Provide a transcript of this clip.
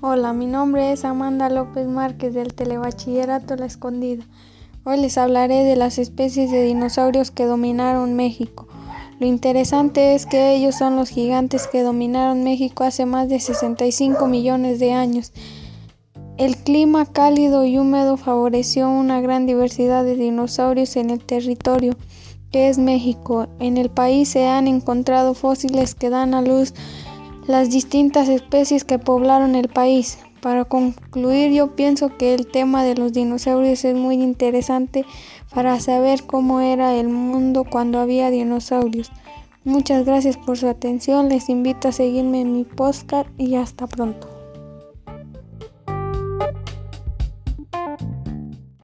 Hola, mi nombre es Amanda López Márquez del Telebachillerato La Escondida. Hoy les hablaré de las especies de dinosaurios que dominaron México. Lo interesante es que ellos son los gigantes que dominaron México hace más de 65 millones de años. El clima cálido y húmedo favoreció una gran diversidad de dinosaurios en el territorio que es México. En el país se han encontrado fósiles que dan a luz las distintas especies que poblaron el país. Para concluir, yo pienso que el tema de los dinosaurios es muy interesante para saber cómo era el mundo cuando había dinosaurios. Muchas gracias por su atención, les invito a seguirme en mi podcast y hasta pronto.